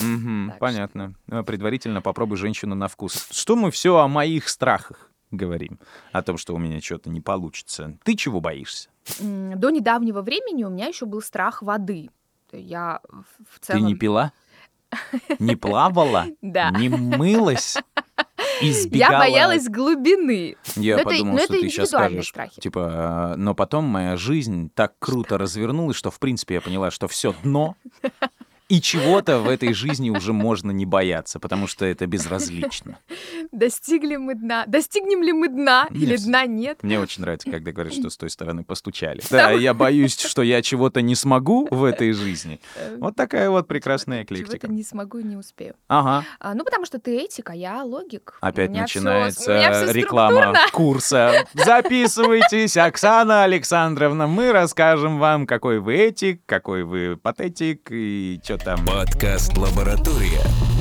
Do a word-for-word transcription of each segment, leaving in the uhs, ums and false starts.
Мгм, Так понятно. Э, Предварительно попробуй женщину на вкус. Что мы все о моих страхах говорим? О том, что у меня что-то не получится. Ты чего боишься? М, До недавнего времени у меня еще был страх воды. Я в в Ты не целом, пила? Не плавала? да, Не мылась? я Избегала? боялась глубины. Я Но это, подумал, но что это ты сейчас индивидуальные скажешь, страхи. типа, э, но потом моя жизнь так круто развернулась, что, в принципе, я поняла, что все дно, и чего-то в этой жизни уже можно не бояться, потому что это безразлично. Достигли мы дна. Достигнем ли мы дна Мне, или вс- дна нет? мне очень нравится, когда говорят, что с той стороны постучали. Да, я боюсь, что я чего-то не смогу в этой жизни. Э, Вот такая вот прекрасная Чего-то чего-то эклектика. не смогу и не успею. Ага. А, ну, потому что ты этик, а я логик. У Опять меня все, у меня начинается все реклама структурно. курса. Записывайтесь, Оксана Александровна, мы расскажем вам, какой вы этик, какой вы патетик и что там. Подкаст «Лаборатория».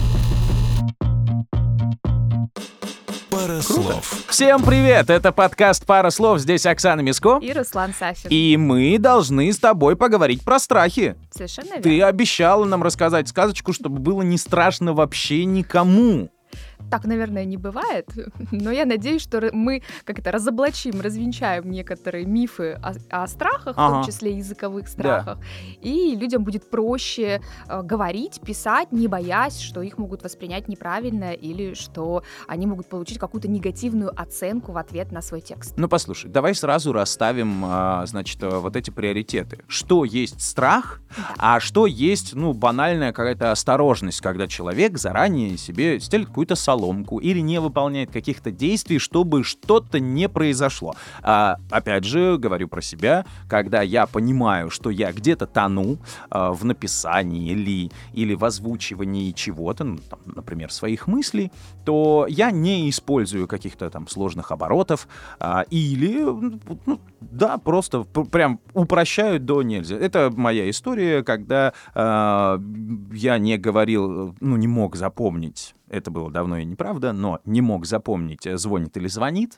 Пара слов. Всем привет, это подкаст «Пара слов», здесь Оксана Миско. И Руслан Сафин. И мы должны с тобой поговорить про страхи. Совершенно верно. Ты обещала нам рассказать сказочку, чтобы было не страшно вообще никому. Так, наверное, не бывает, но я надеюсь, что ра- мы как-то разоблачим, развенчаем некоторые мифы о, о страхах, в Ага. том числе языковых страхах, и людям будет проще э, говорить, писать, не боясь, что их могут воспринять неправильно или что они могут получить какую-то негативную оценку в ответ на свой текст. Ну, послушай, давай сразу расставим, а, значит, а, вот эти приоритеты. Что есть страх, а что есть, ну, банальная какая-то осторожность, когда человек заранее себе стелит какую-то соломку или не выполняет каких-то действий, чтобы что-то не произошло. А, опять же, говорю про себя, когда я понимаю, что я где-то тону а, в написании или, или в озвучивании чего-то, ну, там, например, своих мыслей, то я не использую каких-то там сложных оборотов, а, или, ну, да, просто пр- прям упрощаю до нельзя. Это моя история, когда а, я не говорил, ну, не мог запомнить, это было давно и неправда, но не мог запомнить, э, звонит или звонит,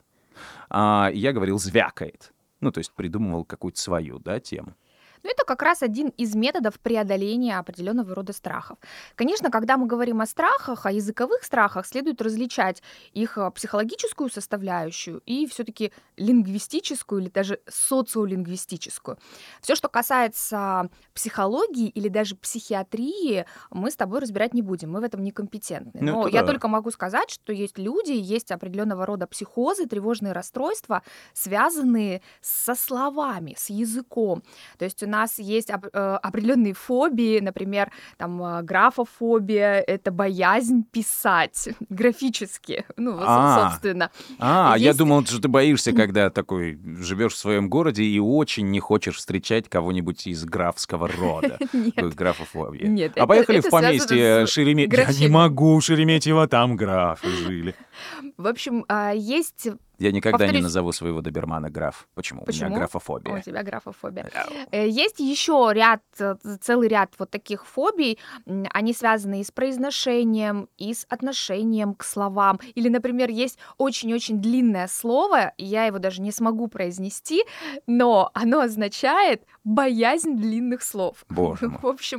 а, я говорил звякает. Ну, то есть придумывал какую-то свою, да, тему. Ну, это как раз один из методов преодоления определенного рода страхов. Конечно, когда мы говорим о страхах, о языковых страхах, следует различать их а, психологическую составляющую и все-таки лингвистическую или даже социолингвистическую. Все, что касается психологии или даже психиатрии, мы с тобой разбирать не будем, мы в этом некомпетентны. Ну, Но это я да. только могу сказать, что есть люди, есть определенного рода психозы, тревожные расстройства, связанные со словами, с языком. То есть у нас есть оп- э, определенные фобии, например, там э, графофобия, это боязнь писать графически, ну, вот, со- А. собственно. А, я Есть- думал, что ты боишься, когда такой живешь в своем городе и очень не хочешь встречать кого-нибудь из графского рода. Нет. Э, Графофобия. Нет, А это- поехали это в поместье связано с Шереметьево. Я не графизмом. могу, Шереметьево, там графы жили. В общем, а, есть... Я никогда не Повторюсь. назову своего добермана граф. Почему? У Почему? меня У графофобия. тебя графофобия. Ау. Э, Есть еще ряд, э, целый ряд вот таких фобий. М, Они связаны и с произношением, и с отношением к словам. Или, например, есть очень-очень длинное слово, и я его даже не смогу произнести, но оно означает боязнь длинных слов. Боже мой. В общем,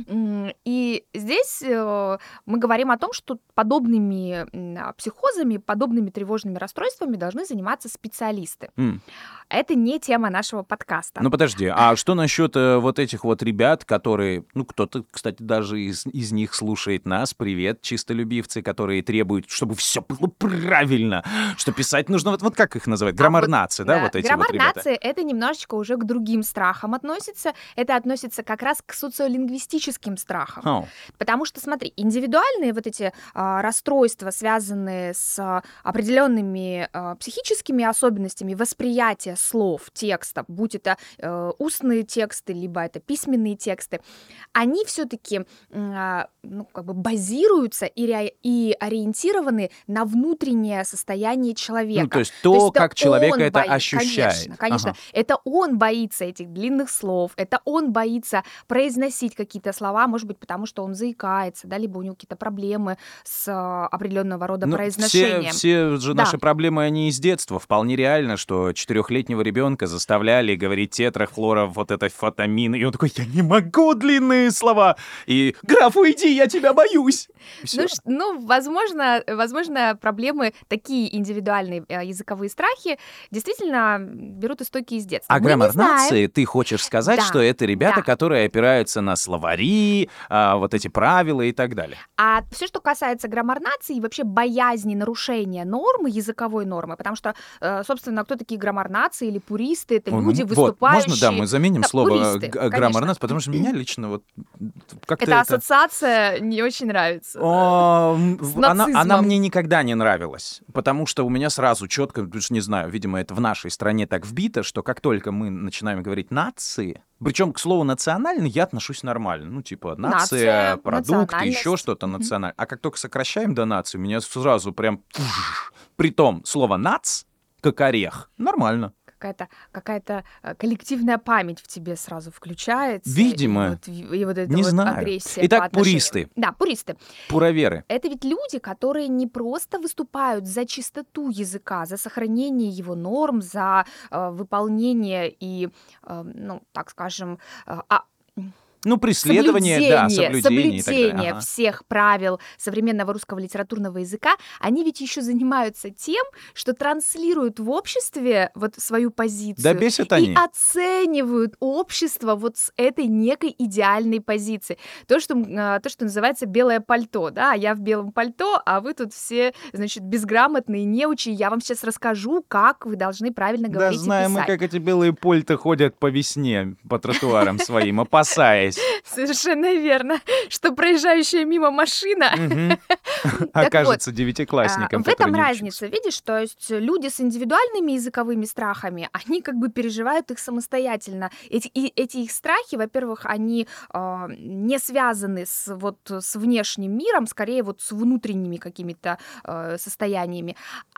м, и здесь э, мы говорим о том, что подобными м, а, психозами, подобными тревожными расстройствами должны заниматься специалисты. М. Это не тема нашего подкаста. Ну подожди, а что насчет э, вот этих вот ребят, которые, ну кто-то, кстати, даже из, из них слушает нас, привет, чистолюбивцы, которые требуют, чтобы все было правильно, что писать нужно, вот, вот как их называют, граммарнацы, да, вот эти вот ребята? Граммарнация — это немножечко уже к другим страхам относится. Это относится как раз к социолингвистическим страхам. О, Потому что, смотри, индивидуальные вот эти а, расстройства, связанные с а, определенными а, психическими особенностями восприятия слов, текстов, будь это э, устные тексты, либо это письменные тексты, они все-таки ну, как бы базируются и, ре- и ориентированы на внутреннее состояние человека. ну то есть то, это как человек он это боится, ощущает. Конечно, конечно. Ага. Это он боится этих длинных длинных слов, это он боится произносить какие-то слова, может быть, потому что он заикается, да, либо у него какие-то проблемы с а, определенного рода Ну, все, произношением. все же Да. наши проблемы, они из детства. Вполне реально, что четырехлетнего ребенка заставляли говорить тетрахлора, вот это фотамин, и он такой, я не могу длинные слова. И, граф, уйди, я тебя боюсь. И всё. Ну, ш- ну, возможно, возможно, проблемы, такие индивидуальные э, языковые страхи, действительно берут истоки из детства. А Мы не граммар знаем. нации, ты хочешь сказать, Да, что это ребята, да. которые опираются на словари, а, вот эти правила и так далее. А все, что касается граммар-нации и вообще боязни нарушения нормы, языковой нормы, потому что, э, собственно, кто такие граммар-нации или пуристы? Это Ой, ну, люди, вот, выступающие... можно, да, мы заменим Да, слово пуристы, г- граммар конечно. нации, потому что меня лично вот как-то Эта это... ассоциация не очень нравится. О, м, С в- она, она нацизмом. мне никогда не нравилась, потому что у меня сразу четко, не знаю, видимо, это в нашей стране так вбито, что как только мы начинаем говорить нации, причем к слову национальный я отношусь нормально, ну типа нация, Нация, продукт, еще национальность. что-то Мгм. национальное. А как только сокращаем до нации, меня сразу прям... Притом слово нац, как орех, нормально. Какая-то, какая-то э, коллективная память в тебе сразу включается. Видимо. И вот, и вот эта Не вот знаю. агрессия Итак, по отношению- пуристы. Да, пуристы. Пуроверы. Это ведь люди, которые не просто выступают за чистоту языка, за сохранение его норм, за э, выполнение и, э, ну, так скажем, э, а- Ну, преследование, да, соблюдение и так далее. соблюдение Ага. всех правил современного русского литературного языка, они ведь еще занимаются тем, что транслируют в обществе вот свою позицию. Да бесят И они. оценивают общество вот с этой некой идеальной позиции. То, что, м, а, то, что называется белое пальто, да, я в белом пальто, а вы тут все, значит, безграмотные неучи, я вам сейчас расскажу, как вы должны правильно Да говорить и знаем мы, писать. как эти белые польты ходят по весне, по тротуарам своим, опасаясь. Совершенно верно, что проезжающая мимо машина. Мгм. Так Окажется вот, девятиклассником, А, В который этом не учится. разница, видишь, то есть люди с индивидуальными языковыми страхами, они как бы переживают их самостоятельно. Эти, и эти их страхи, во-первых, они а, не связаны с, вот, с внешним миром, скорее вот с внутренними какими-то э, состояниями.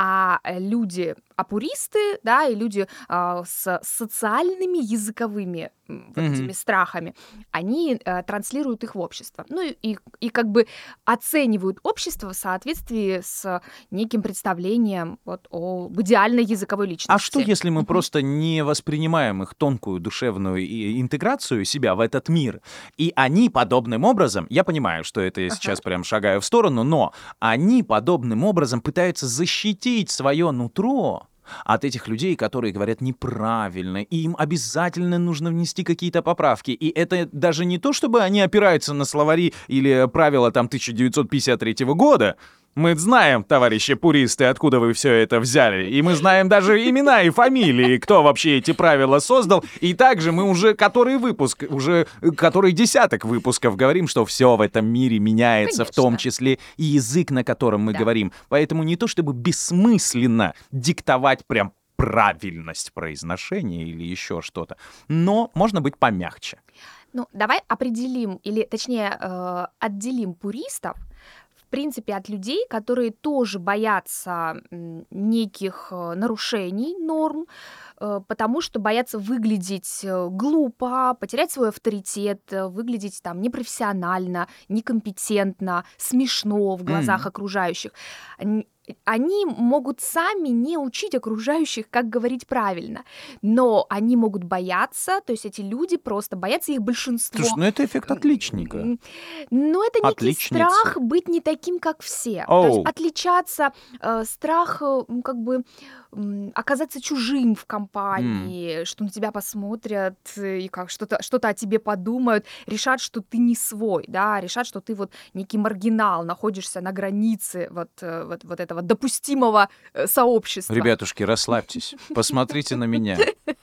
А э, люди апуристы, да, и люди а, с социальными языковыми м, вот Мгм. этими страхами, они э, транслируют их в общество. Ну и, и, и как бы оценивают общество в соответствии с неким представлением вот, об идеальной языковой личности. А что, если мы Мгм. просто не воспринимаем их тонкую душевную и- интеграцию себя в этот мир, и они подобным образом, я понимаю, что это я Ага. сейчас прям шагаю в сторону, но они подобным образом пытаются защитить свое нутро от этих людей, которые говорят неправильно, и им обязательно нужно внести какие-то поправки. И это даже не то, чтобы они опираются на словари или правила там тысяча девятьсот пятьдесят третьего года. Мы знаем, товарищи пуристы, откуда вы все это взяли. И мы знаем даже имена и фамилии, кто вообще эти правила создал. И также мы уже который выпуск, уже э, который десяток выпусков говорим, что все в этом мире меняется, в том Конечно. числе и язык, на котором мы Да. говорим. Поэтому не то чтобы бессмысленно диктовать прям правильность произношения или еще что-то, но можно быть помягче. Ну, давай определим, или точнее э, отделим пуристов, в принципе, от людей, которые тоже боятся м, неких э, нарушений норм, э, потому что боятся выглядеть э, глупо, потерять свой авторитет, э, выглядеть там непрофессионально, некомпетентно, смешно в глазах Мгм. окружающих. Н- Они могут сами не учить окружающих, как говорить правильно, но они могут бояться, то есть эти люди просто боятся их большинство. Слушай, ну это эффект отличника. М, Но это некий Отличницы. страх быть не таким, как все. То Оу. есть отличаться, э, страх э, м, как бы м, оказаться чужим в компании, что на тебя посмотрят э, и как что-то что-то о тебе подумают, решат, что ты не свой, да, решат, что ты вот некий маргинал, находишься на границе вот, э, вот, вот этого допустимого э, сообщества. Ребятушки, расслабьтесь. Посмотрите на меня.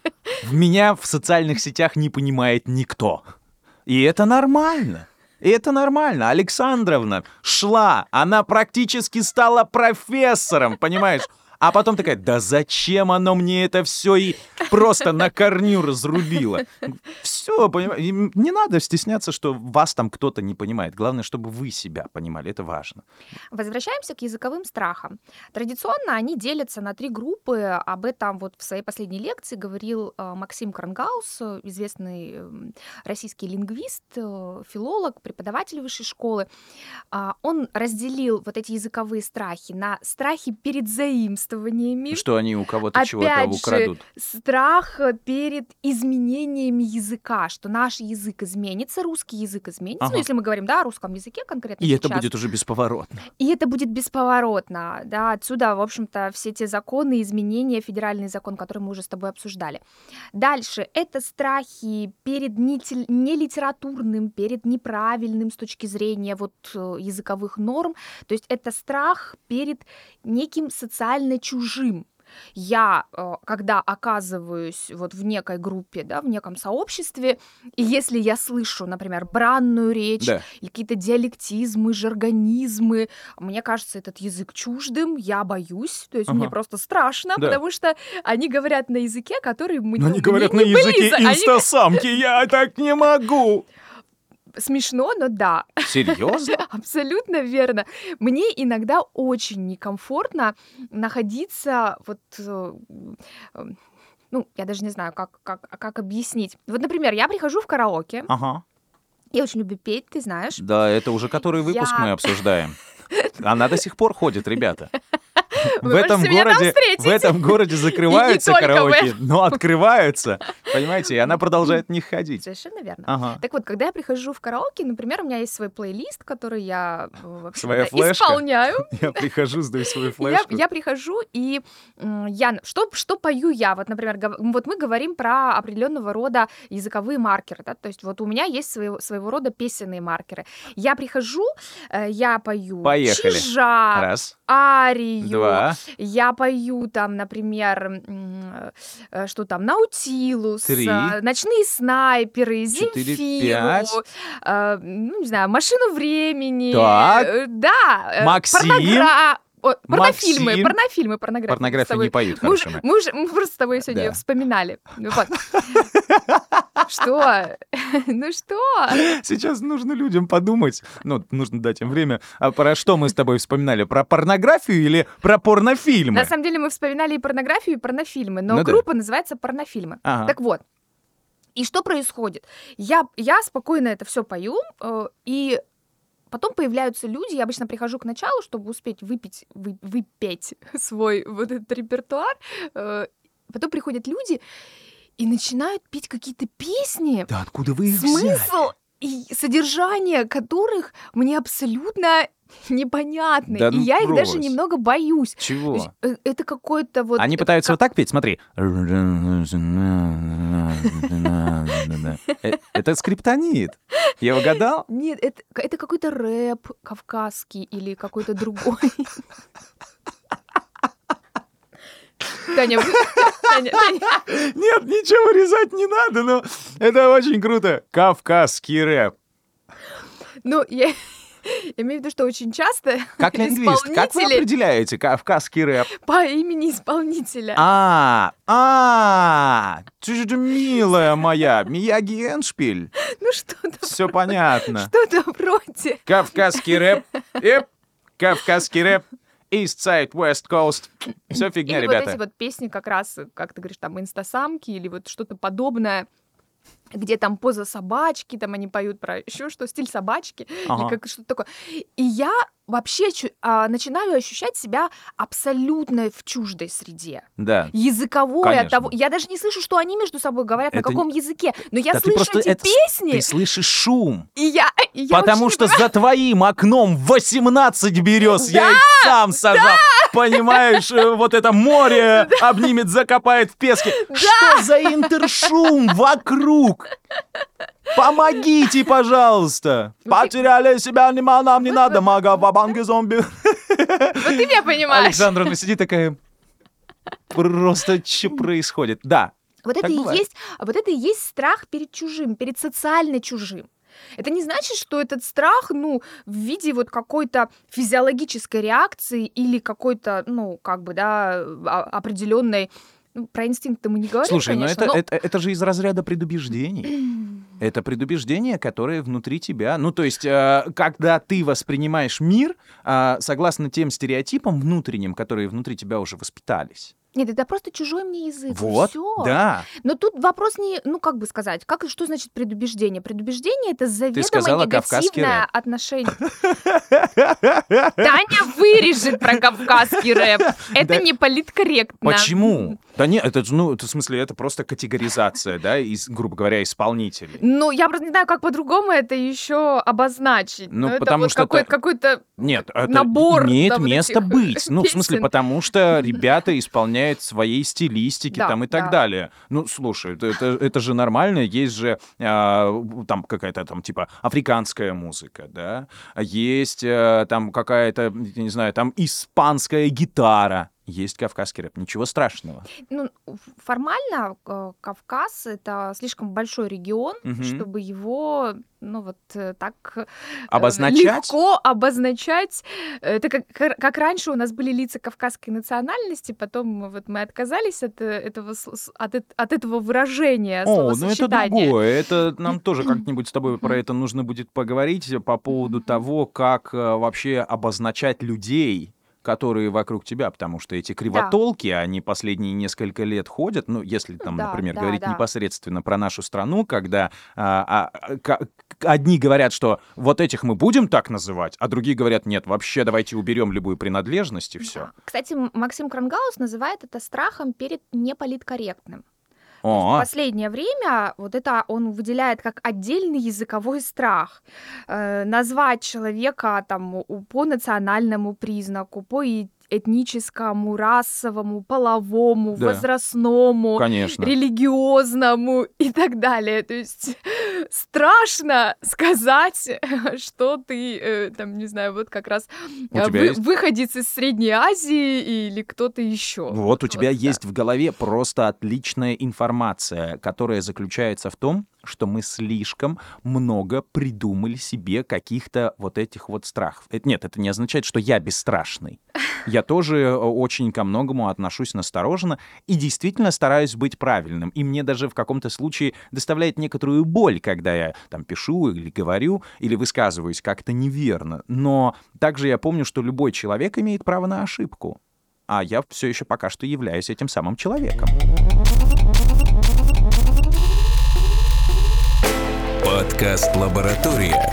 В меня в социальных сетях не понимает никто. И это нормально. И это нормально. Александровна шла, она практически стала профессором, понимаешь? А потом такая, да зачем оно мне это все и просто на корню разрубило? Все, понимаете, не надо стесняться, что вас там кто-то не понимает. Главное, чтобы вы себя понимали, это важно. Возвращаемся к языковым страхам. Традиционно они делятся на три группы. Об этом вот в своей последней лекции говорил э, Максим Крангаус, известный э, российский лингвист, э, филолог, преподаватель высшей школы. А, он разделил вот эти языковые страхи на страхи перед заимствованиями. Что они у кого-то чего-то Опять же, украдут. страх перед изменениями языка, что наш язык изменится, русский язык изменится. Ага. Ну, если мы говорим, да, о русском языке конкретно И это сейчас. будет уже бесповоротно. И это будет бесповоротно, да, отсюда, в общем-то, все те законы, изменения, федеральный закон, который мы уже с тобой обсуждали. Дальше, это страхи перед нетель- нелитературным, перед неправильным с точки зрения вот э, языковых норм, то есть это страх перед неким социально чужим. Я, э, когда оказываюсь вот в некой группе, да, в неком сообществе, и если я слышу, например, бранную речь, Да. или какие-то диалектизмы, жаргонизмы, мне кажется этот язык чуждым, я боюсь, то есть Ага. мне просто страшно, Да. потому что они говорят на языке, который мне, Но они мне говорят на не языке близок. Они- инстасамки, я так не могу. Смешно, но да. Серьезно? Абсолютно верно. Мне иногда очень некомфортно находиться вот, э, э, ну, я даже не знаю, как, как, как объяснить. Вот, например, я прихожу в караоке, Ага. я очень люблю петь, ты знаешь. Да, это уже который выпуск Я- мы обсуждаем. Она до сих пор ходит, ребята. В Вы этом можете меня там городе, встретить. в этом городе закрываются И не только в караоке, но открываются, понимаете, и она продолжает в них ходить. Совершенно верно. Ага. Так вот, когда я прихожу в караоке, например, у меня есть свой плейлист, который я э, вообще Своя флешка? исполняю. Я прихожу, сдаю свою Я, флешку. я прихожу, и м, я что, что пою я? Вот, например, гов- вот мы говорим про определенного рода языковые маркеры, да, то есть вот у меня есть своего, своего рода песенные маркеры. Я прихожу, э, я пою Поехали. Чижа, Раз, арию, два, я пою там, например, м, э, что там, Наутилус, Три. э, Ночные снайперы, Четыре, Земфиру, пять. э, ну, не знаю, Машину времени. Так. э, Да. э, Максим. порногра- о, Порнофильмы, Максим. порнофильмы, порнография. Мы с Порнографию тобой- не поют, Мы, уже, хорошо. мы, уже- мы просто с тобой сегодня Да. вспоминали. Ну вот. Что? Ну что? Сейчас нужно людям подумать, ну, нужно дать им время, а про что мы с тобой вспоминали? Про порнографию или про порнофильмы? На самом деле мы вспоминали и порнографию, и порнофильмы, но Ну да. группа называется порнофильмы. Ага. Так вот, и что происходит? Я, я спокойно это все пою, э, и потом появляются люди, я обычно прихожу к началу, чтобы успеть выпить, вы- выпеть свой вот этот репертуар, э, потом приходят люди и начинают петь какие-то песни, Да откуда вы их взяли? смысл и содержание которых мне абсолютно непонятны, Да и ну я их даже брось. немного боюсь. То Чего? есть, э, это какой-то вот... Они э, пытаются вот как- так петь, смотри. Э, Это скриптонит. Я угадал? Нет, это, это какой-то рэп кавказский или какой-то другой. Таня, вы- Таня, Таня, Нет, ничего вырезать не надо, но это очень круто. Кавказский рэп. ну, я имею в виду, что очень часто Как лингвист, как вы исполнители определяете кавказский рэп? по имени исполнителя. А, а, ты же милая моя, Мияги Эншпиль. Ну, что-то, Все понятно. что-то вроде. Кавказский рэп. Эп, кавказский рэп. East Side, West Coast. Все фигня, Или вот ребята. эти вот песни как раз, как ты говоришь, там, инстасамки или вот что-то подобное, где там поза собачки, там они поют про еще что, стиль собачки, Ага. или как что-то такое. И я вообще чу- а, начинаю ощущать себя абсолютно в чуждой среде. Да. Языковой от Конечно. того. Я даже не слышу, что они между собой говорят, Это на каком языке. Но я Да ты слышу просто эти это с- песни, Ты слышишь шум. и я, и я Потому вообще что не понимаю. за твоим окном восемнадцать берез, я их сам сажал. Понимаешь, э, вот это море обнимет, закопает в песке. Что за интершум вокруг? Помогите, пожалуйста. Потеряли себя, нема, нам не надо, мага, бабанги, зомби. Вот ты меня понимаешь. Александровна сидит такая, просто что происходит? Да, Вот это, Так и бывает. есть, вот это и есть страх перед чужим, перед социально чужим. Это не значит, что этот страх, ну, в виде вот какой-то физиологической реакции или какой-то, ну, как бы, да, а- определенной. Ну, про инстинкты мы не говорим, Слушай, но конечно, это, но... это, это же из разряда предубеждений. Это предубеждения, которые внутри тебя. Ну, то есть, э, когда ты воспринимаешь мир э, согласно тем стереотипам внутренним, которые внутри тебя уже воспитались. Нет, это просто чужой мне язык. Вот, Все. да. Но тут вопрос не, ну как бы сказать, как что значит предубеждение? Предубеждение это заведомо сказала кавказский негативное рэп. отношение. Таня вырежет про кавказский рэп. Это Да. не политкорректно. Почему? Да нет, это, же, ну, это, в смысле, это просто категоризация, да, из, грубо говоря, исполнителей. Ну, я просто не знаю, как по-другому это еще обозначить. Ну, Но это потому вот что какой-то, это- какой-то Нет, это набор, имеет да, вот место этих быть. Ну, в смысле, песен. потому что ребята исполняют своей стилистики Да, там и так да. далее. Ну, слушай, это, это, это же нормально. Есть же а, там какая-то там типа африканская музыка, да? Есть а, там какая-то, я не знаю, там испанская гитара. Есть кавказский рэп. Ничего страшного. Ну, ф- формально э, Кавказ это слишком большой регион, Мгм. чтобы его, ну вот э, так э, Обозначать? легко обозначать. Это как, как как раньше у нас были лица кавказской национальности, потом вот мы отказались от э, этого с- с- от, эт- от этого выражения, О, ну это словосочетания. другое. Это нам тоже как-нибудь с тобой про это нужно будет поговорить по поводу того, как э, вообще обозначать людей, которые вокруг тебя, потому что эти кривотолки, они последние несколько лет ходят, ну, если там, Да, например, да, говорить да. непосредственно про нашу страну, когда а, а, ка- одни говорят, что вот этих мы будем так называть, а другие говорят, нет, вообще давайте уберем любую принадлежность и все. Да. Кстати, М- Максим Крангаус называет это страхом перед неполиткорректным. В О, последнее время вот это он выделяет как отдельный языковой страх. Э, назвать человека там у- по национальному признаку, по и- этническому, расовому, половому, Да. возрастному, конечно. религиозному и так далее. То есть страшно сказать, что ты, э, там, не знаю, вот как раз У э, тебя вы- есть- выходец из Средней Азии или кто-то еще. Вот у тебя да. есть в голове просто отличная информация, которая заключается в том, что мы слишком много придумали себе каких-то вот этих вот страхов. Это, нет, это не означает, что я бесстрашный. Я тоже э, очень ко многому отношусь настороженно и действительно стараюсь быть правильным. И мне даже в каком-то случае доставляет некоторую боль, когда я там пишу или говорю, или высказываюсь как-то неверно. Но также я помню, что любой человек имеет право на ошибку. А я все еще пока что являюсь этим самым человеком. Подкаст «Лаборатория».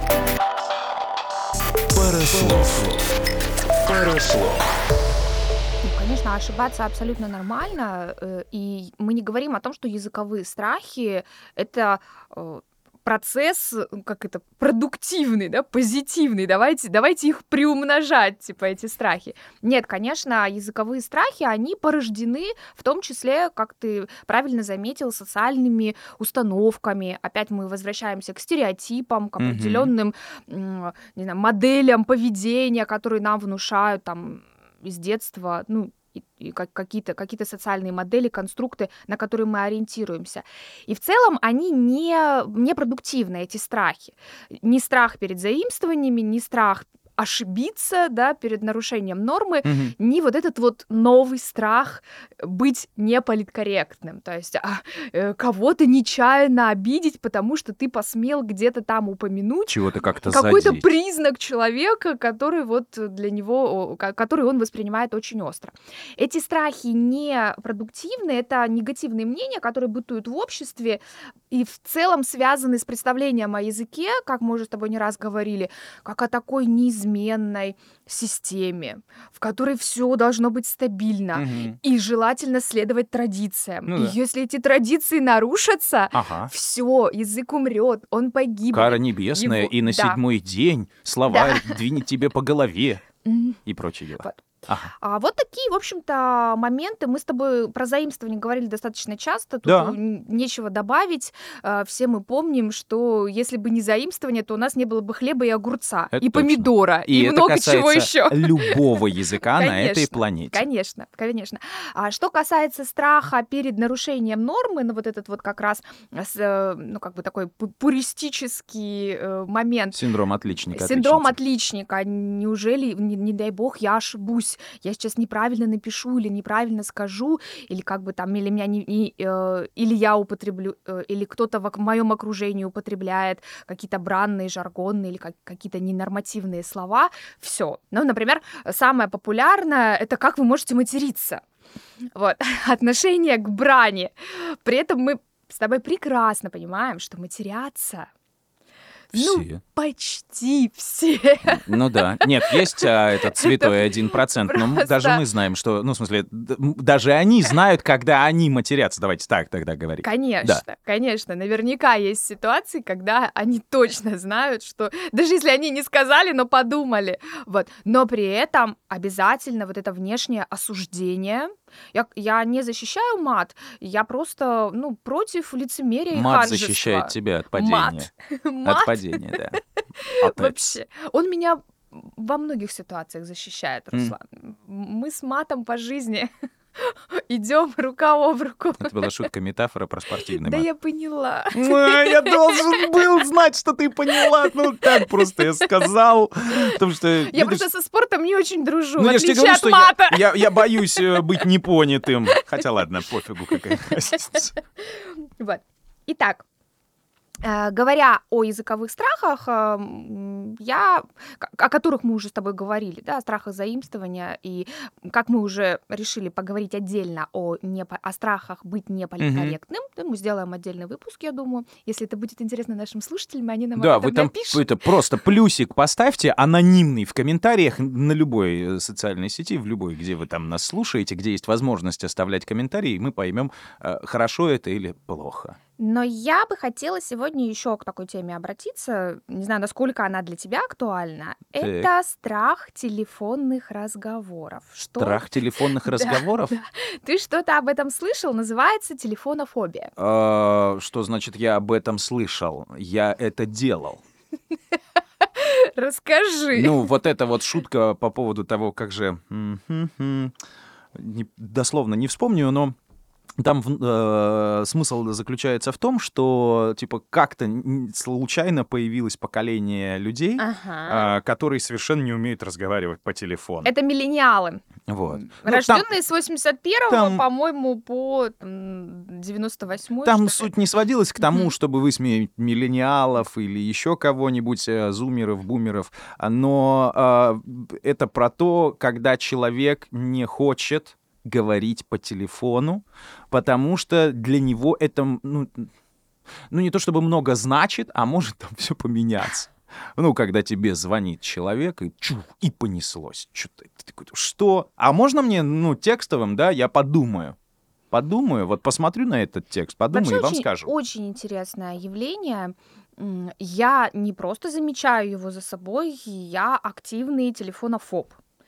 Пара слов. Пара слов. Ну, конечно, ошибаться абсолютно нормально, э, и мы не говорим о том, что языковые страхи это э, процесс, э, как это, продуктивный, да, позитивный. Давайте, давайте их приумножать, типа эти страхи. Нет, конечно, языковые страхи, они порождены, в том числе, как ты правильно заметил, социальными установками. Опять мы возвращаемся к стереотипам, к Мгм. определенным, м, не знаю, моделям поведения, которые нам внушают там из детства, ну, и, и как, какие-то, какие-то социальные модели, конструкты, на которые мы ориентируемся. И в целом они не, не продуктивны, эти страхи. Ни страх перед заимствованиями, ни страх ошибиться, да, перед нарушением нормы, Мгм. ни вот этот вот новый страх быть неполиткорректным, то есть а, э, кого-то нечаянно обидеть, потому что ты посмел где-то там упомянуть Чего-то как-то какой-то задеть. признак человека, который вот для него, о, ка- который он воспринимает очень остро. Эти страхи не продуктивны, это негативные мнения, которые бытуют в обществе и в целом связаны с представлением о языке, как мы уже с тобой не раз говорили, как о такой неизменной системе, в которой все должно быть стабильно. Мгм. И желательно следовать традициям. Ну И да. если эти традиции нарушатся, Ага. все, язык умрет, он погибнет. Кара небесная, Его- и на да. седьмой день словарь двинет тебе по голове Мгм. и прочие дела. Вот. Ага. А вот такие, в общем-то, моменты. Мы с тобой про заимствование говорили достаточно часто. Тут Да. н- нечего добавить. А, Все мы помним, что если бы не заимствование, то у нас не было бы хлеба и огурца, Это и точно. помидора, и, И это много чего касается еще. любого языка на этой Конечно, планете. конечно, конечно. А что касается страха перед нарушением нормы, ну вот этот вот как раз, э, с, э, ну как бы такой пу- пуристический э, момент, Синдром отличника. синдром отличницы. отличника. Неужели, не, не дай бог, я ошибусь, я сейчас неправильно напишу или неправильно скажу, или как бы там, или меня не, не, э, или я употреблю, э, или кто-то в, ок- моем окружении употребляет какие-то бранные, жаргонные или как- какие-то ненормативные слова. Все. Ну, например, самое популярное — это как вы можете материться. Вот. Отношение к брани. При этом мы с тобой прекрасно понимаем, что матерятся, ну, Все. почти все. Ну да. Нет, есть а, этот святой один процент, но мы- просто- даже мы знаем, что, ну, в смысле, д- м, даже они знают, когда они матерятся. Давайте так тогда говорить. Конечно, конечно, наверняка есть ситуации, когда они точно знают, что даже если они не сказали, но подумали, вот, но при этом обязательно вот это внешнее осуждение. Я, я не защищаю мат, я просто, ну, против лицемерия и Мат ханжества. защищает тебя от падения. Мат. От Мат падения, да. От вообще. Он меня во многих ситуациях защищает, М. Руслан. М, Мы с матом по жизни идем рука об руку. Это была шутка, метафора про спортивный Да мат. я поняла. Ой, я должен был знать, что ты поняла. Ну, так просто я сказал. Потому что, Я видишь, просто со спортом не очень дружу, ну, в я же тебе отличие говорю, от что я, мата. я, я боюсь э, быть непонятым. Хотя ладно, пофигу, какая разница. Вот. Итак, э, говоря о языковых страхах, э, м, я, к- о которых мы уже с тобой говорили, да, о страхах заимствования, и как мы уже решили поговорить отдельно о, непо- о страхах быть неполиткорректным, да, мы сделаем отдельный выпуск, я думаю. Если это будет интересно нашим слушателям, они нам Да, об вы этом там напишут. это просто плюсик поставьте, анонимный в комментариях на любой э, социальной сети, в любой, где вы там нас слушаете, где есть возможность оставлять комментарии, и мы поймем, э, хорошо это или плохо. Но я бы хотела сегодня еще к такой теме обратиться. Не знаю, насколько она для тебя актуальна. Так. Это страх телефонных разговоров. Что? Страх телефонных Да, разговоров? да. Ты что-то об этом слышал? Называется телефонофобия. А, Что значит я об этом слышал? Я это делал. Расскажи. Ну, вот эта вот шутка по поводу того, как же... м-м-м, не- дословно не вспомню, но там в- э, смысл заключается в том, что, типа, как-то н- случайно появилось поколение людей, Ага. а, которые совершенно не умеют разговаривать по телефону. Это миллениалы, Вот. Ну, там- рожденные с восемьдесят первого, там- по-моему, по там, девяносто восьмой. Там что ли. суть не сводилась к тому, Мгм. чтобы высмеять миллениалов или еще кого-нибудь, э, зумеров, бумеров, а, но а, это про то, когда человек не хочет говорить по телефону, потому что для него это, ну, ну не то чтобы много значит, а может там все поменяться. Ну, когда тебе звонит человек, и чух, и понеслось. Что-то, ты такой, что? А можно мне, ну, текстовым, да, я подумаю. Подумаю, вот посмотрю на этот текст, подумаю Вообще и вам очень, скажу. очень интересное явление. М, Я не просто замечаю его за собой, я активный телефонофоб.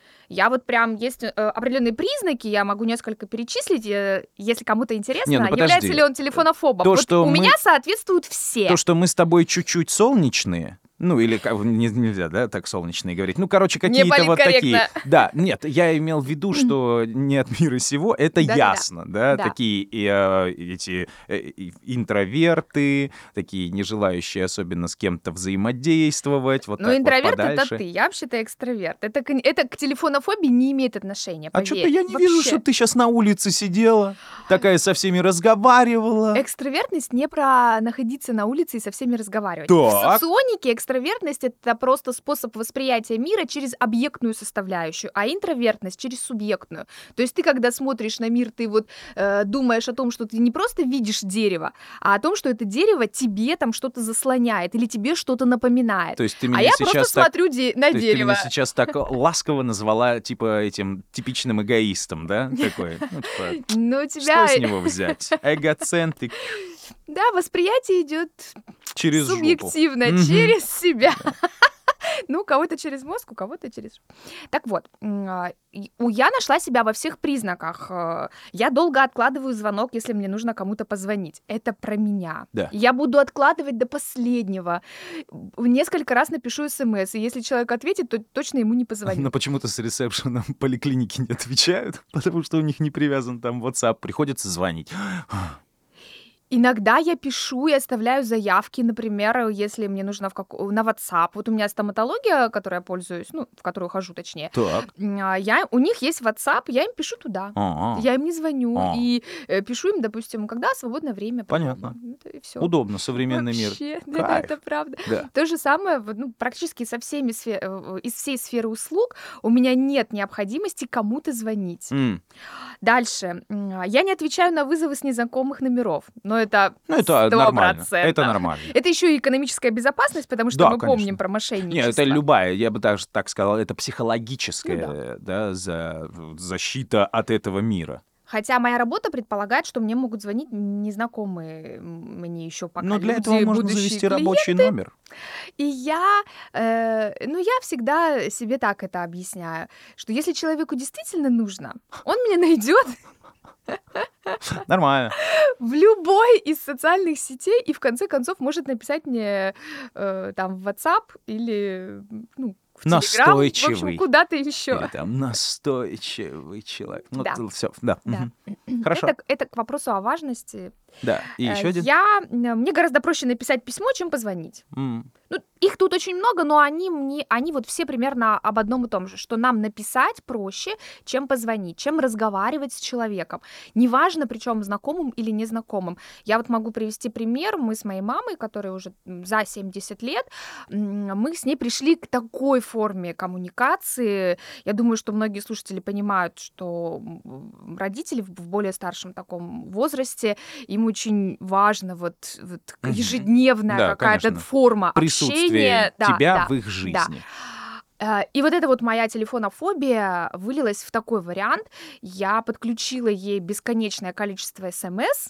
Я вот прям, есть э, определенные признаки, я могу несколько перечислить, э, если кому-то интересно, Не, ну является подожди. ли он телефонофобом. То, Вот что у мы- меня соответствуют все. То, что мы с тобой чуть-чуть солнечные, ну, или как, не- нельзя, да, так солнечные говорить. Ну, короче, какие-то вот такие. политкорректно. Да, нет, я имел в виду, что не от мира сего, это Да-да-да. ясно, да, Да. такие и, э, эти э, и- интроверты, такие не желающие особенно с кем-то взаимодействовать, вот Ну, так вот интроверт подальше. это ты, я вообще-то экстраверт. Это, к- это к телефонофобии не имеет отношения, А поверь. что-то я не вижу, Вообще. что ты сейчас на улице сидела, такая со всеми разговаривала. Экстравертность не про находиться на улице и со всеми разговаривать. В Так. соционике экстравертность — это просто способ восприятия мира через объектную составляющую, а интровертность через субъектную. То есть ты, когда смотришь на мир, ты вот э, думаешь о том, что ты не просто видишь дерево, а о том, что это дерево тебе там что-то заслоняет или тебе что-то напоминает. То есть ты А меня я просто сейчас так смотрю де- на То есть ты дерево. меня сейчас так ласково назвала, типа, этим типичным эгоистом, да? Такой, ну, типа, Ну, у тебя... что с него взять? Эгоцентрик Да, восприятие идет через жопу. субъективно, Мгм. через себя. Ну, у кого-то через мозг, у кого-то через... Так вот, м, а, и- у- я нашла себя во всех признаках. Э, Я долго откладываю звонок, если мне нужно кому-то позвонить. Это про меня. Да. Я буду откладывать до последнего. В Несколько раз напишу смс, и если человек ответит, то точно ему не позвоню. Но почему-то с ресепшеном поликлиники не отвечают, потому что у них не привязан там WhatsApp. Приходится звонить. Иногда я пишу и оставляю заявки, например, если мне нужно в како- на WhatsApp. Вот у меня стоматология, которой я пользуюсь, ну, в которую хожу, точнее. Так. М, а, Я, у них есть WhatsApp, я им пишу туда. А, Я им не звоню А. и э, пишу им, допустим, когда свободное время. Понятно. потом. Это и все. Удобно, современный мир. Вообще, да, да, Кайф. это правда. Да. То же самое, вот, ну, практически со всеми сфе- э, из всей сферы услуг у меня нет необходимости кому-то звонить. М. Дальше. М, а, Я не отвечаю на вызовы с незнакомых номеров. Но это Ну, это сто нормально. Это процентов. нормально. Это еще и экономическая безопасность, потому что Да, мы конечно. помним про Нет, мошенничество. это любая, я бы даже так сказал, это психологическая да, за- защита от этого мира. Хотя моя работа предполагает, что мне могут звонить незнакомые м, мне еще пока Но для люди, этого можно будущие завести клиенты. рабочий номер. И я, э, ну, я всегда себе так это объясняю, что если человеку действительно нужно, он меня найдет Нормально. в любой из социальных сетей и в конце концов может написать мне э, там в WhatsApp или ну, в Telegram, в Настойчивый. общем, куда-то еще. Или там настойчивый человек. Ну, Да. все, да. Да. Мгм. Хорошо. Это, это к вопросу о важности. Да. И Э, еще один. Я, э, мне гораздо проще написать письмо, чем позвонить. М. Ну, их тут очень много, но они мне, они вот все примерно об одном и том же, что нам написать проще, чем позвонить, чем разговаривать с человеком. Неважно, причем знакомым или незнакомым. Я вот могу привести пример. Мы с моей мамой, которой уже м, за семьдесят лет, м, мы с ней пришли к такой форме коммуникации. Я думаю, что многие слушатели понимают, что м, родители в в более старшем таком возрасте, им очень важно вот, вот Мгм. ежедневная Да, какая-то конечно. форма Присутствие общения. Да, тебя да, в их да. жизни. Э, И вот эта вот моя телефонофобия вылилась в такой вариант. Я подключила ей бесконечное количество смс,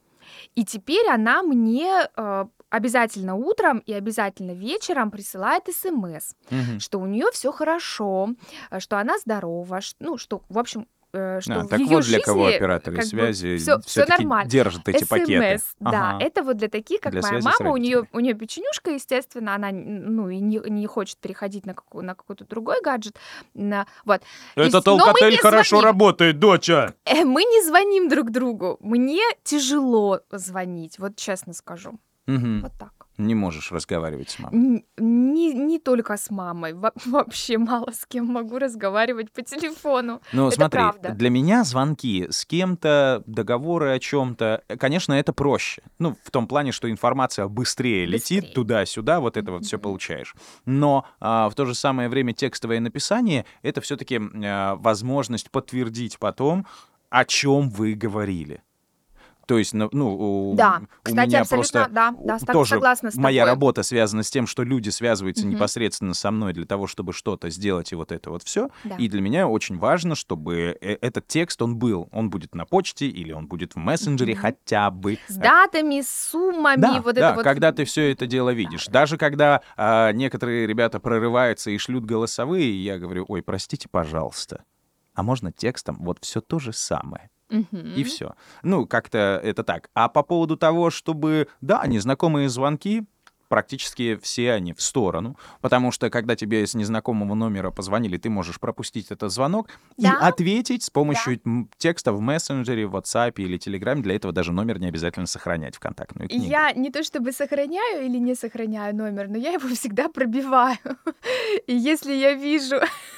и теперь она мне э, обязательно утром и обязательно вечером присылает смс, Мгм. что у нее все хорошо, э, что она здорова, ш- ну что, в общем, э, что А, в так ее вот для кого жизни операторы как бы связи все, все все-таки нормально. держат эти пакеты. СМС, да, Ага. это вот для таких, как Для моя связи с мама, у нее родителями. у нее печенюшка, естественно, она н- ну и не, не хочет переходить на, какой, на какой-то другой гаджет, на- вот. И Этот с- но мы алкотель не хорошо звоним. работает, доча. Э, Мы не звоним друг другу, мне тяжело звонить, вот честно скажу, Мгм. вот так. Не можешь разговаривать с мамой. Н- Не, не только с мамой, во- вообще мало с кем могу разговаривать по телефону. Ну, Это смотри, правда. для меня звонки с кем-то, договоры о чем-то, конечно, это проще. Ну, в том плане, что информация быстрее, летит Быстрее. туда-сюда, вот это вот все Мгм. получаешь. Но а, в то же самое время текстовое написание — это все-таки возможность подтвердить потом, о чем вы говорили. То есть, ну, ну, у, Да, у кстати, меня абсолютно, просто да, да, у- ста- тоже согласна с моя тобой. работа связана с тем, что люди связываются Мгм. непосредственно со мной для того, чтобы что-то сделать, и вот это вот все. Да. И для меня очень важно, чтобы э- этот текст, он был, он будет на почте или он будет в мессенджере Мгм. хотя бы. С датами, с суммами, Да, вот да, это вот. когда ты все это дело видишь. Даже когда а, некоторые ребята прорываются и шлют голосовые, я говорю: ой, простите, пожалуйста, а можно текстом вот все то же самое? Мгм. И все. Ну, как-то это так. А по поводу того, чтобы, да, незнакомые звонки, практически все они в сторону, потому что когда тебе с незнакомого номера позвонили, ты можешь пропустить этот звонок и Да. ответить с помощью м, текста в мессенджере, в WhatsApp или Telegram. Для этого даже номер не обязательно сохранять в контактную книгу. Я не то чтобы сохраняю или не сохраняю номер, но я его всегда пробиваю. И если я вижу...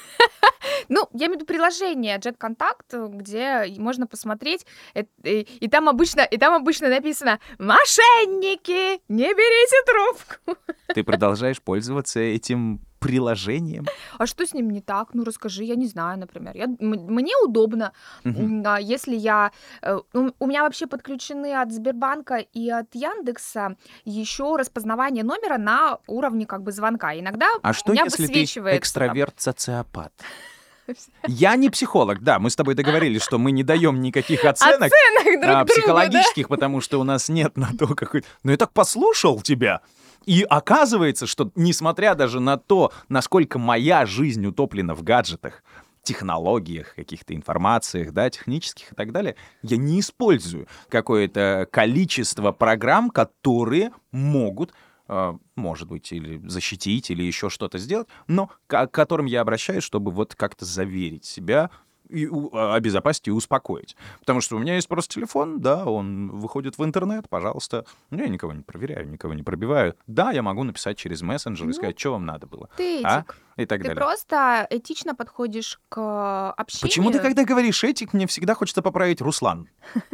Ну, я имею в виду приложение Jet Contact, где и можно посмотреть, э- и, и там обычно, и там обычно написано «Мошенники, не берите трубку». Ты продолжаешь пользоваться этим приложением? А что с ним не так? Ну, расскажи, я не знаю, например. Я, м- мне удобно, Мгм. м, а, если я... э, У у меня вообще подключены от Сбербанка и от Яндекса еще распознавание номера на уровне как бы звонка. Иногда А у что, меня если ты высвечивается там. экстраверт-социопат? Я не психолог, да, мы с тобой договорились, что мы не даем никаких оценок, Оценок друг а, другу, психологических, потому что у нас нет на то какой-то... Но я так послушал тебя, и оказывается, что несмотря даже на то, насколько моя жизнь утоплена в гаджетах, технологиях, каких-то информациях, да, технических и так далее, я не использую какое-то количество программ, которые могут, э, может быть, или защитить, или еще что-то сделать, но к, к которым я обращаюсь, чтобы вот как-то заверить себя, и у- обезопасить и успокоить. Потому что у меня есть просто телефон, да, он выходит в интернет, пожалуйста. Я никого не проверяю, никого не пробиваю. Да, я могу написать через мессенджер и Ну, сказать, что вам надо было. Ты А? этик. И так Ты далее. просто этично подходишь к общению. Почему ты, когда говоришь этик, мне всегда хочется поправить Руслан?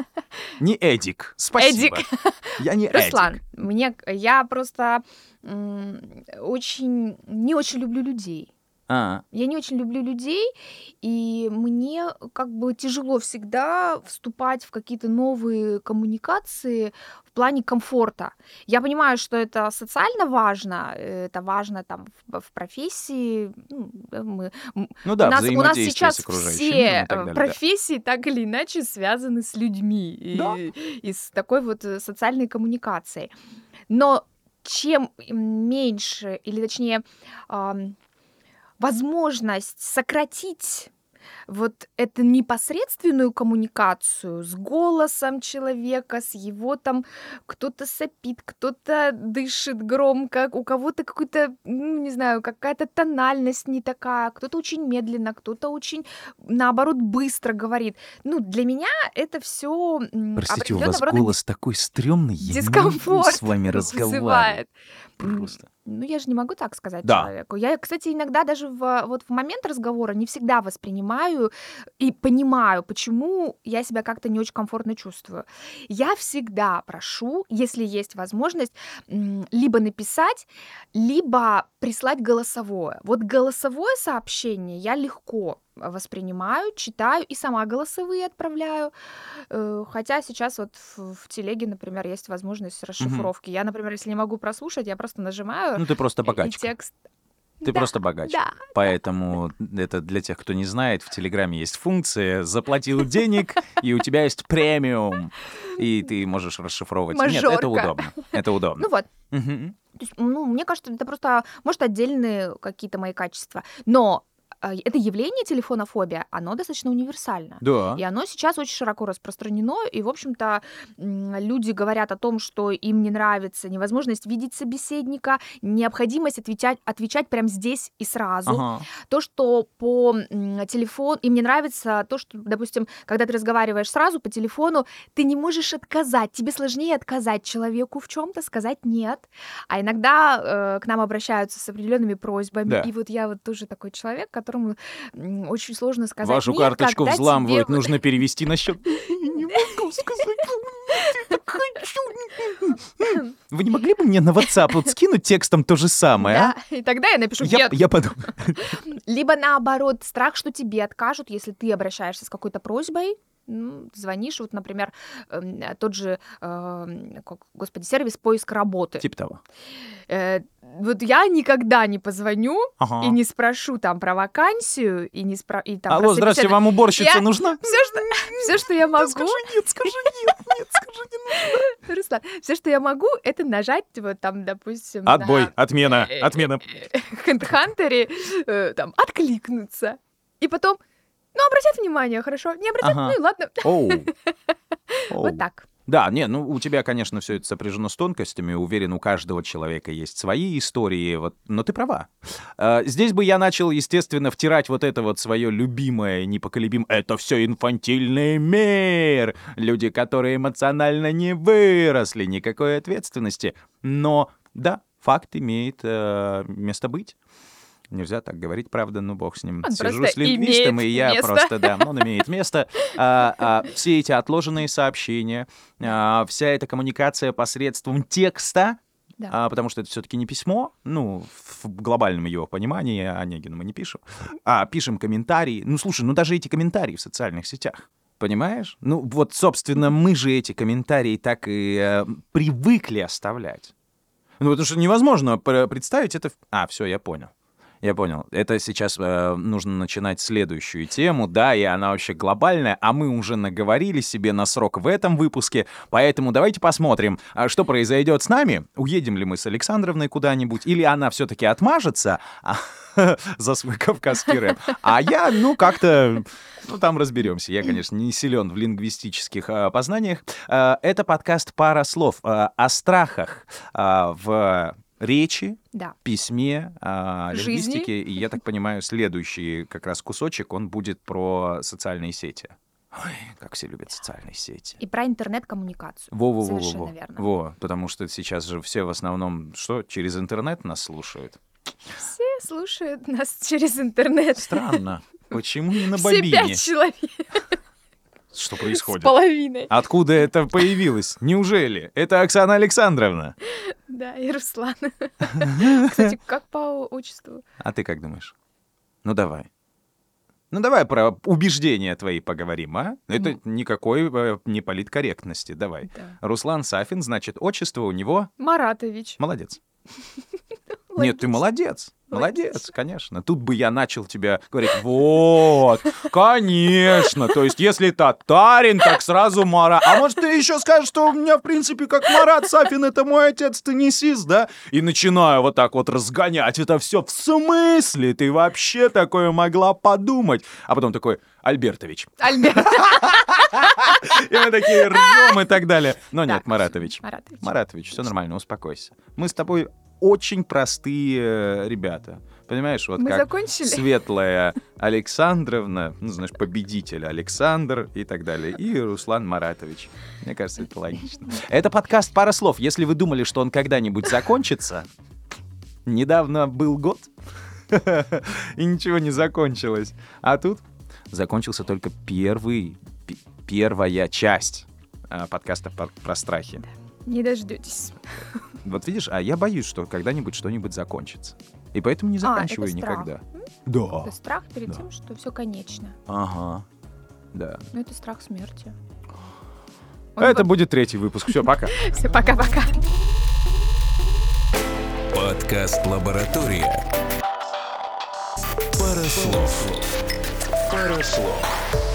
Не Эдик. Спасибо. Эдик. Я не Руслан, Эдик. мне, я просто м, очень, не очень люблю людей. А, Я не очень люблю людей, и мне как бы тяжело всегда вступать в какие-то новые коммуникации в плане комфорта. Я понимаю, что это социально важно, э, это важно там в, в профессии. Ну, да, мы, м, ну у, да, нас, у нас взаимодействие сейчас с окружающим все миром и так э, далее, да. профессии так или иначе связаны с людьми Да. и, и с такой вот э, социальной коммуникацией. Но чем меньше, или точнее, ам, возможность сократить вот эту непосредственную коммуникацию с голосом человека, с его там кто-то сопит, кто-то дышит громко, у кого-то какой-то, ну, не знаю, какая-то тональность не такая, кто-то очень медленно, кто-то очень, наоборот, быстро говорит. Ну, для меня это все Простите, у определенного вас рода голос такой стрёмный, я не могу дискомфорт с вами разговаривать. вызывает. М, Просто. Ну, я же не могу так сказать Да. человеку. Я, кстати, иногда даже в, вот в момент разговора не всегда воспринимаю и понимаю, почему я себя как-то не очень комфортно чувствую. Я всегда прошу, если есть возможность, м, либо написать, либо прислать голосовое. Вот голосовое сообщение я легко воспринимаю, читаю и сама голосовые отправляю. Э, Хотя сейчас вот в, в телеге, например, есть возможность Мгм. расшифровки. Я, например, если не могу прослушать, я просто нажимаю Ну, ты просто и богачка. текст. Ты Да, просто богачка. да. Поэтому это для тех, кто не знает, в Телеграме есть функция «заплатил денег», и у тебя есть премиум, и ты можешь расшифровывать. Нет, это Мажорка. удобно. Это удобно. Ну вот. Мгм. То есть, ну, мне кажется, это просто, может, отдельные какие-то мои качества. Но э, это явление телефонофобия, оно достаточно универсально. Да. И оно сейчас очень широко распространено, и, в общем-то, м, люди говорят о том, что им не нравится невозможность видеть собеседника, необходимость отвечать, отвечать прямо здесь и сразу. Ага. То, что по м, телефону, им не нравится то, что, допустим, когда ты разговариваешь сразу по телефону, ты не можешь отказать, тебе сложнее отказать человеку в чем-то, сказать нет. А иногда э, к нам обращаются с определенными просьбами, Да. и вот я вот тоже такой человек, которому м, очень сложно сказать Вашу нет, карточку когда взламывают, тебе вот- нужно перевести на счет. Не могу сказать, я так хочу. Вы не могли бы мне на WhatsApp вот скинуть текстом то же самое, а? Да, и тогда я напишу Я, нет. я подумаю. Либо наоборот, страх, что тебе откажут, если ты обращаешься с какой-то просьбой. Ну, звонишь, вот, например, эм, тот же, эм, как- господи, сервис поиска работы. Типа того. Э, вот я никогда не позвоню Ага. и не спрошу там про вакансию, и не спро... и там Алло, здравствуйте, вам уборщица Я- нужна? Все, что, все, что я могу, Скажи нет, скажи нет, нет, скажи не нужна. Руслан, все, что я могу, это нажать вот там, допустим, Отбой, на отмена, э, отмена. Хэндхантере, э, там, откликнуться. И потом, ну, обратят внимание, хорошо, не обратят, Ага. ну и ладно. Оу. Оу. Вот так. Да, не, ну у тебя, конечно, все это сопряжено с тонкостями. Уверен, у каждого человека есть свои истории, вот, но ты права. А, здесь бы я начал, естественно, втирать вот это вот свое любимое, непоколебимое. Это все инфантильный мир. Люди, которые эмоционально не выросли, никакой ответственности. Но да, факт имеет э, место быть. Нельзя так говорить, правда, ну бог с ним. Он Сижу просто с лингвистом, и имеет я место. просто, да, он имеет место. А, а, все эти отложенные сообщения, а, вся эта коммуникация посредством текста, Да. а, потому что это все-таки не письмо, ну, в глобальном его понимании, Онегину мы не пишем, а пишем комментарии. Ну, слушай, ну даже эти комментарии в социальных сетях. Понимаешь? Ну, вот, собственно, мы же эти комментарии так и э, привыкли оставлять. Ну, потому что невозможно пр- представить это... в- А, все, я понял. Я понял. Это сейчас э, нужно начинать следующую тему, да, и она вообще глобальная, а мы уже наговорили себе на срок в этом выпуске, поэтому давайте посмотрим, а что произойдет с нами. Уедем ли мы с Александровной куда-нибудь, или она все-таки отмажется а, за свой кавказский рэп, а я, ну, как-то... Ну, там разберемся. Я, конечно, не силен в лингвистических а, познаниях. А, это подкаст «Пара слов» а, о страхах а, в... речи, Да. письме, а, Жизни. лингвистике. И я так понимаю, следующий как раз кусочек, он будет про социальные сети. Ой, как все любят социальные сети. И про интернет-коммуникацию. Во-во-во-во-во. Совершенно верно. Во, потому что сейчас же все в основном, что, через интернет нас слушают? Все слушают нас через интернет. Странно. Почему не на Все бобине? пять человек Что с происходит? половиной. Откуда это появилось? Неужели? Это Оксана Александровна. Да, и Руслан. Кстати, как по отчеству? А ты как думаешь? Ну, давай. Ну, давай про убеждения твои поговорим, а? Это Ну. никакой э, не политкорректности. Давай. Да. Руслан Сафин, значит, отчество у него... Маратович. Молодец. Нет, ты Логично. молодец. Молодец, Логично. конечно. Тут бы я начал тебя говорить, вот, конечно. То есть, если татарин, так сразу Марат. А может, ты еще скажешь, что у меня, в принципе, как Марат Сафин, это мой отец теннисист, да? И начинаю вот так вот разгонять это все. В смысле? Ты вообще такое могла подумать? А потом такой, Альбертович. Альберт. И мы такие ржем и так далее. Но нет, Так, Маратович. Маратович. Маратович, все нормально, успокойся. Мы с тобой очень простые э, ребята. Понимаешь, вот Мы как закончили? Светлая Александровна, ну, знаешь, победитель Александр и так далее, и Руслан Маратович. Мне кажется, это логично. Это подкаст «Пара слов». Если вы думали, что он когда-нибудь закончится, недавно был год, и ничего не закончилось. А тут закончился только первый, п- первая часть а, подкаста по- про страхи. Не дождетесь. Вот видишь, а я боюсь, что когда-нибудь что-нибудь закончится. И поэтому не А, заканчиваю это страх. никогда. Да. Это страх перед Да. тем, что все конечно. Ага. Да. Но это страх смерти. Это будет третий выпуск. Все, пока. Все, пока-пока. Подкаст «Лаборатория». Пара слов. Пара слов.